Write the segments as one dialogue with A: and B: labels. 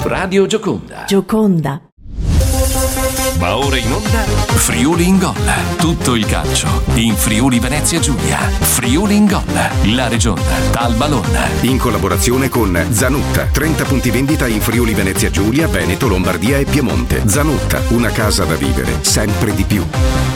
A: Radio Gioconda.
B: Gioconda.
A: Va ora in onda Friuli in Gol. Tutto il calcio in Friuli Venezia Giulia. Friuli in Gol. La Regione Talba Lonna.
C: In collaborazione con Zanutta. 30 punti vendita in Friuli Venezia Giulia, Veneto, Lombardia e Piemonte. Zanutta, una casa da vivere sempre di più.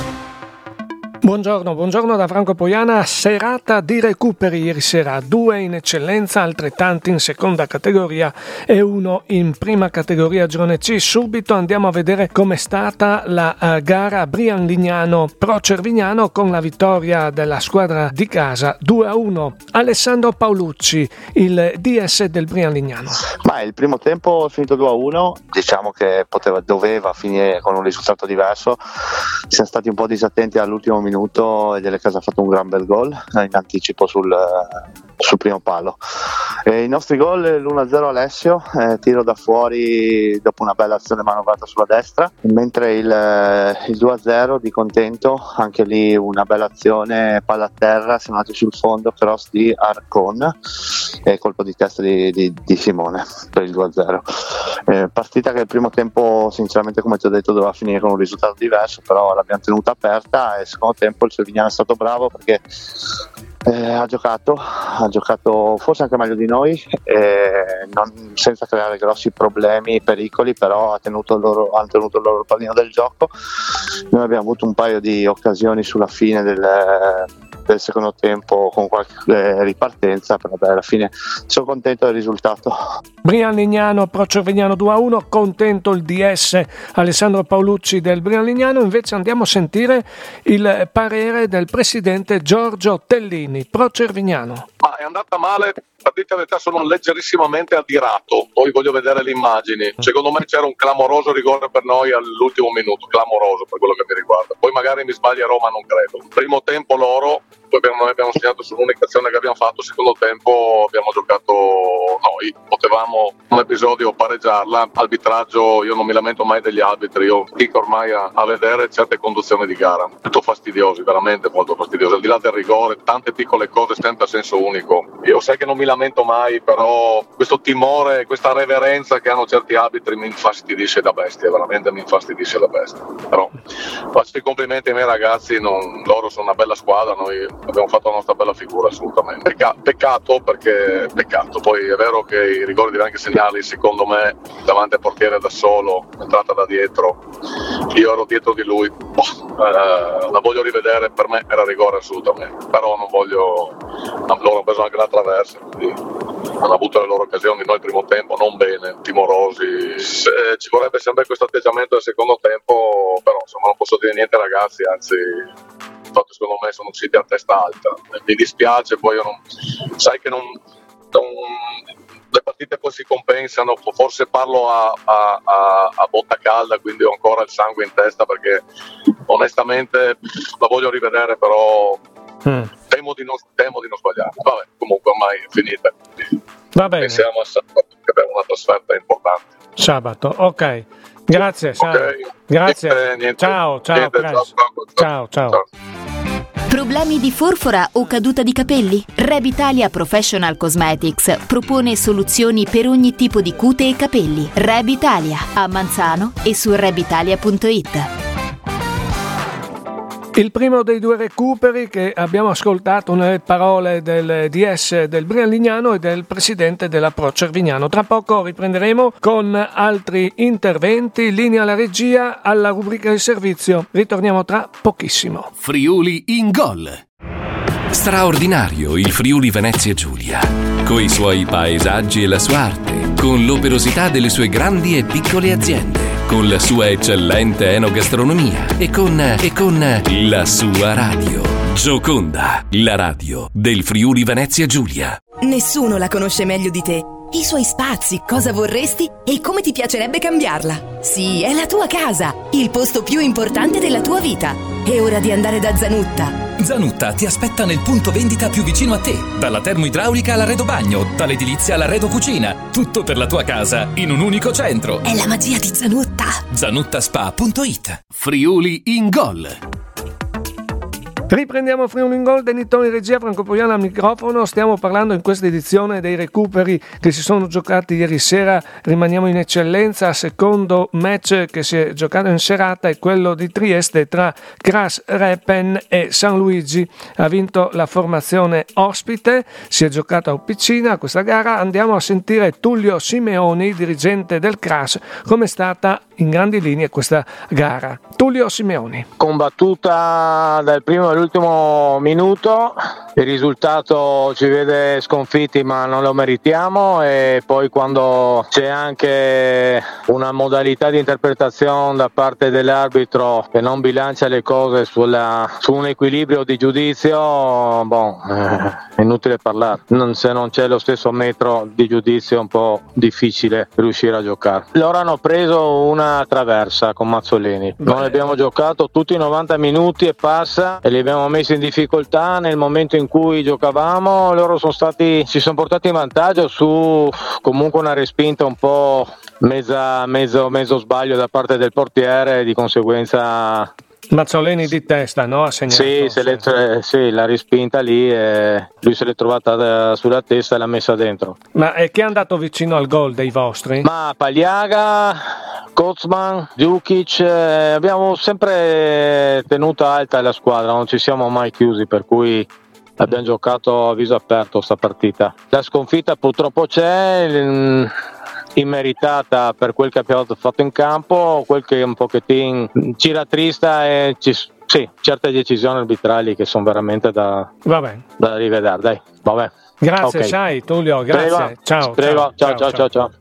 D: Buongiorno da Franco Poiana. Serata di recuperi ieri sera, 2 in eccellenza, altrettanti in seconda categoria e 1 in prima categoria girone C. Subito andiamo a vedere com'è stata la gara Brian-Lignano Pro Cervignano con la vittoria della squadra di casa 2-1. Alessandro Paolucci, il DS del Brian-Lignano.
E: Ma il primo tempo è finito 2-1, diciamo che doveva finire con un risultato diverso. Siamo stati un po' disattenti all'ultimo minuto e Dele Casa ha fatto un gran bel gol in anticipo sul primo palo. I nostri gol, l'1-0 Alessio, tiro da fuori dopo una bella azione manovrata sulla destra, mentre il 2-0 di Contento, anche lì una bella azione, palla a terra, siamo andati sul fondo, cross di Arcon e colpo di testa di Simone per il 2-0. Partita che il primo tempo sinceramente, come ti ho detto, doveva finire con un risultato diverso, però l'abbiamo tenuta aperta e il secondo tempo il Cervignano è stato bravo perché ha giocato forse anche meglio di noi, senza creare grossi problemi, pericoli, però hanno tenuto il loro pallino del gioco. Noi abbiamo avuto un paio di occasioni sulla fine del secondo tempo con qualche ripartenza, però alla fine sono contento del risultato.
D: Brian-Lignano Pro Cervignano 2-1, contento il DS Alessandro Paolucci del Brian-Lignano. Invece andiamo a sentire il parere del presidente Giorgio Tellini, Pro Cervignano.
F: Ma è andata male, per dire la verità sono leggerissimamente adirato, poi voglio vedere le immagini. Secondo me c'era un clamoroso rigore per noi all'ultimo minuto, clamoroso per quello che mi riguarda, poi magari mi sbaglierò ma non credo. Primo tempo loro, poi noi abbiamo segnato sull'unica azione che abbiamo fatto, secondo tempo abbiamo giocato noi, potevamo un episodio pareggiarla. Arbitraggio, io non mi lamento mai degli arbitri, io dico ormai a vedere certe conduzioni di gara, molto fastidiosi, veramente molto fastidiosi, al di là del rigore, tante piccole cose sempre a senso unico. Io sai che non mi lamento mai, però questo timore, questa reverenza che hanno certi arbitri mi infastidisce da bestia, veramente mi infastidisce da bestia. Però faccio i complimenti ai miei ragazzi, loro sono una bella squadra, noi abbiamo fatto la nostra bella figura assolutamente. Peccato, poi è vero che i rigori devi anche segnarli, secondo me davanti al portiere da solo, entrata da dietro, io ero dietro di lui, la voglio rivedere, per me era rigore assolutamente, però non voglio, loro hanno preso anche la traversa, quindi hanno avuto le loro occasioni, noi il primo tempo non bene, timorosi. Ci vorrebbe sempre questo atteggiamento del secondo tempo, però insomma non posso dire niente ragazzi, anzi infatti secondo me sono usciti a testa alta, mi dispiace, poi io sai che le partite poi si compensano, forse parlo a botta calda, quindi ho ancora il sangue in testa perché onestamente la voglio rivedere, però temo di non sbagliare. Vabbè, comunque ormai è finita,
D: Va bene.
F: Pensiamo a sabato che abbiamo una trasferta importante.
D: Sabato, ok. Grazie,
F: okay.
D: Grazie.
F: Niente.
D: Ciao. Ciao.
B: Problemi di forfora o caduta di capelli? Rebitalia Professional Cosmetics propone soluzioni per ogni tipo di cute e capelli. Rebitalia a Manzano e su rebitalia.it.
D: Il primo dei due recuperi che abbiamo ascoltato nelle parole del DS del Brian-Lignano e del presidente della Pro Cervignano. Tra poco riprenderemo con altri interventi, linea alla regia, alla rubrica di servizio. Ritorniamo tra pochissimo.
A: Friuli in Gol. Straordinario il Friuli Venezia Giulia, coi suoi paesaggi e la sua arte, con l'operosità delle sue grandi e piccole aziende, con la sua eccellente enogastronomia e con la sua radio. Gioconda, la radio del Friuli Venezia Giulia.
G: Nessuno la conosce meglio di te. I suoi spazi, cosa vorresti e come ti piacerebbe cambiarla. Sì, è la tua casa, il posto più importante della tua vita. È ora di andare da Zanutta.
H: Zanutta ti aspetta nel punto vendita più vicino a te. Dalla termoidraulica all'arredo bagno, dall'edilizia all'arredo cucina. Tutto per la tua casa in un unico centro.
G: È la magia di Zanutta.
H: Zanuttaspa.it.
A: Friuli in Gol.
D: Riprendiamo Friuli in Gol, Denitone in regia, Franco Poiana al microfono. Stiamo parlando in questa edizione dei recuperi che si sono giocati ieri sera. Rimaniamo in eccellenza. Secondo match che si è giocato in serata è quello di Trieste tra Cras Repen e San Luigi. Ha vinto la formazione ospite, si è giocata a Opicina questa gara. Andiamo a sentire Tullio Simeoni, dirigente del Cras, come è stata in grandi linee questa gara. Tullio Simeoni.
I: Combattuta dal primo all'ultimo minuto, il risultato ci vede sconfitti ma non lo meritiamo, e poi quando c'è anche una modalità di interpretazione da parte dell'arbitro che non bilancia le cose su un equilibrio di giudizio, è inutile parlare. Se non c'è lo stesso metro di giudizio è un po' difficile riuscire a giocare. Loro hanno preso una traversa con Mazzolini, noi abbiamo giocato tutti i 90 minuti e passa e li abbiamo messi in difficoltà. Nel momento in cui giocavamo loro si sono portati in vantaggio su comunque una respinta un po' mezzo sbaglio da parte del portiere, di conseguenza
D: Mazzolini di testa, no? Ha segnato.
I: Sì, l'ha respinta lì e lui se l'è trovata sulla testa e l'ha messa dentro.
D: Ma chi è andato vicino al gol dei vostri?
I: Ma Pagliaga, Kozman, Djukic, abbiamo sempre tenuto alta la squadra, non ci siamo mai chiusi, per cui abbiamo giocato a viso aperto sta partita. La sconfitta purtroppo c'è, immeritata per quel che abbiamo fatto in campo, quel che un pochettino ci rattrista è certe decisioni arbitrali che sono veramente da rivedere. Dai, vabbè.
D: Grazie, sai Tullio, grazie.
I: Prego. Ciao.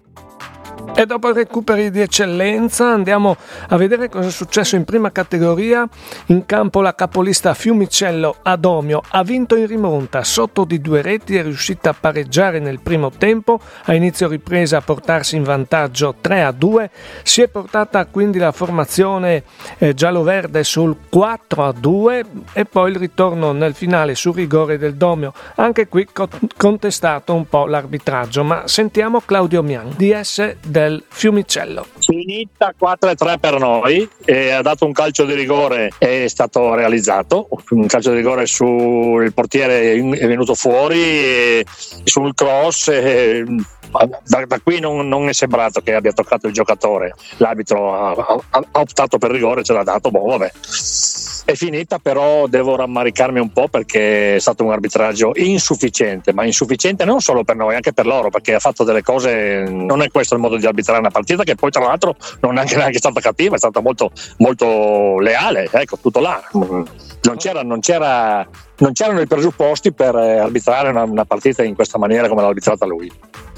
D: E dopo i recuperi di eccellenza andiamo a vedere cosa è successo in prima categoria. In campo la capolista Fiumicello Adomio ha vinto in rimonta sotto di 2 reti, è riuscita a pareggiare nel primo tempo, a inizio ripresa a portarsi in vantaggio 3-2, si è portata quindi la formazione giallo-verde sul 4-2 e poi il ritorno nel finale sul rigore del Domio. Anche qui contestato un po' l'arbitraggio, ma sentiamo Claudio Mian, DS del Fiumicello.
J: Finita 4-3 per noi, e ha dato un calcio di rigore, è stato realizzato un calcio di rigore sul portiere, è venuto fuori sul cross. Da qui non è sembrato che abbia toccato il giocatore, l'arbitro ha optato per rigore, ce l'ha dato, vabbè. È finita, però devo rammaricarmi un po' perché è stato un arbitraggio insufficiente, ma insufficiente non solo per noi, anche per loro, perché ha fatto delle cose, non è questo il modo di arbitrare una partita, che poi tra l'altro non è neanche stata cattiva, è stata molto, molto leale, ecco, tutto là. Non c'erano i presupposti per arbitrare una partita in questa maniera come l'ha arbitrata lui.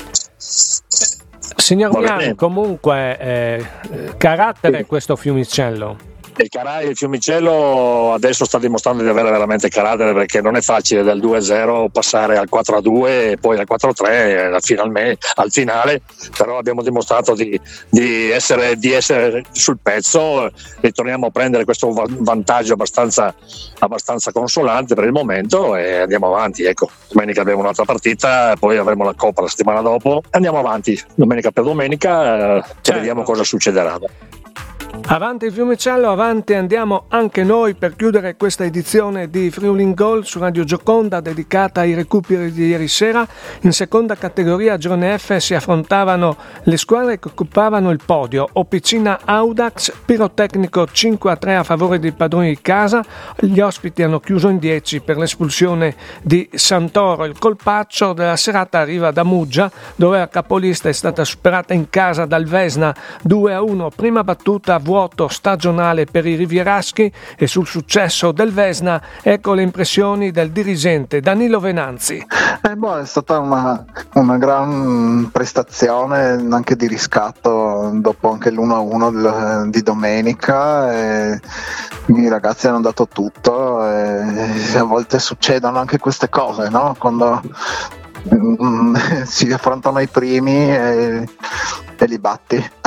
D: Signor Mian, comunque carattere questo Fiumicello.
J: Il Fiumicello adesso sta dimostrando di avere veramente carattere, perché non è facile dal 2-0 passare al 4-2 e poi al 4-3 al finale, però abbiamo dimostrato di essere sul pezzo. Ritorniamo a prendere questo vantaggio abbastanza consolante per il momento e andiamo avanti. Ecco, domenica abbiamo un'altra partita, poi avremo la Coppa la settimana dopo, andiamo avanti domenica per domenica, e vediamo cosa succederà.
D: Avanti il Fiumicello, avanti andiamo anche noi per chiudere questa edizione di Friuli in Gol su Radio Gioconda, dedicata ai recuperi di ieri sera. In seconda categoria, girone F, si affrontavano le squadre che occupavano il podio. Opicina Audax, Pirotecnico 5-3 a favore dei padroni di casa. Gli ospiti hanno chiuso in 10 per l'espulsione di Santoro. Il colpaccio della serata arriva da Muggia, dove la capolista è stata superata in casa dal Vesna 2-1. Prima battuta vuoto stagionale per i rivieraschi, e sul successo del Vesna ecco le impressioni del dirigente Danilo Venanzi.
K: È stata una gran prestazione anche di riscatto dopo anche l'1-1 di domenica, e i ragazzi hanno dato tutto, e a volte succedono anche queste cose, no? Quando si affrontano i primi e li batti.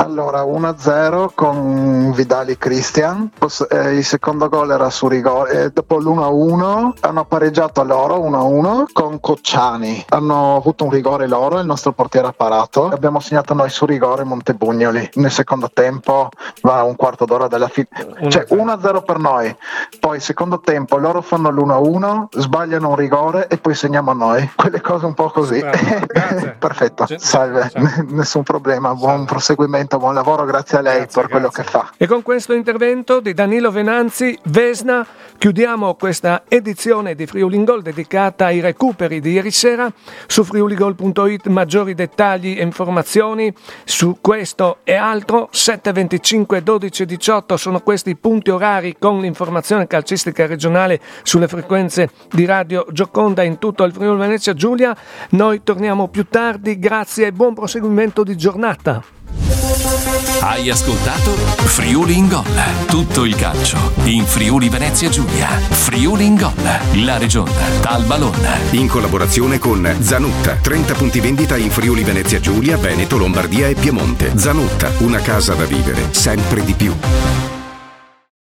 K: Allora 1-0 con Vidali Christian, il secondo gol era su rigore, dopo l'1-1 hanno pareggiato loro 1-1 con Cocciani, hanno avuto un rigore loro, il nostro portiere ha parato, abbiamo segnato noi su rigore Montebugnoli, nel secondo tempo va un quarto d'ora dalla fine, cioè 1-0 per noi, poi secondo tempo loro fanno l'1-1, sbagliano un rigore e poi segniamo noi, quelle cose un po' così. Perfetto, salve, nessun problema, buon proseguimento, buon lavoro, grazie a lei per quello che fa.
D: E con questo intervento di Danilo Venanzi, Vesna, chiudiamo questa edizione di Friuli in Gol dedicata ai recuperi di ieri sera. Su friuligol.it maggiori dettagli e informazioni su questo e altro. 7:25, 12:18 sono questi i punti orari con l'informazione calcistica regionale sulle frequenze di Radio Gioconda in tutto il Friuli Venezia Giulia. Noi torniamo più tardi, grazie e buon proseguimento di giornata.
A: Hai ascoltato Friuli in Gol, tutto il calcio in Friuli Venezia Giulia. Friuli in Gol, la regione dal ballone.
C: In collaborazione con Zanutta, 30 punti vendita in Friuli Venezia Giulia, Veneto, Lombardia e Piemonte. Zanutta, una casa da vivere sempre di più.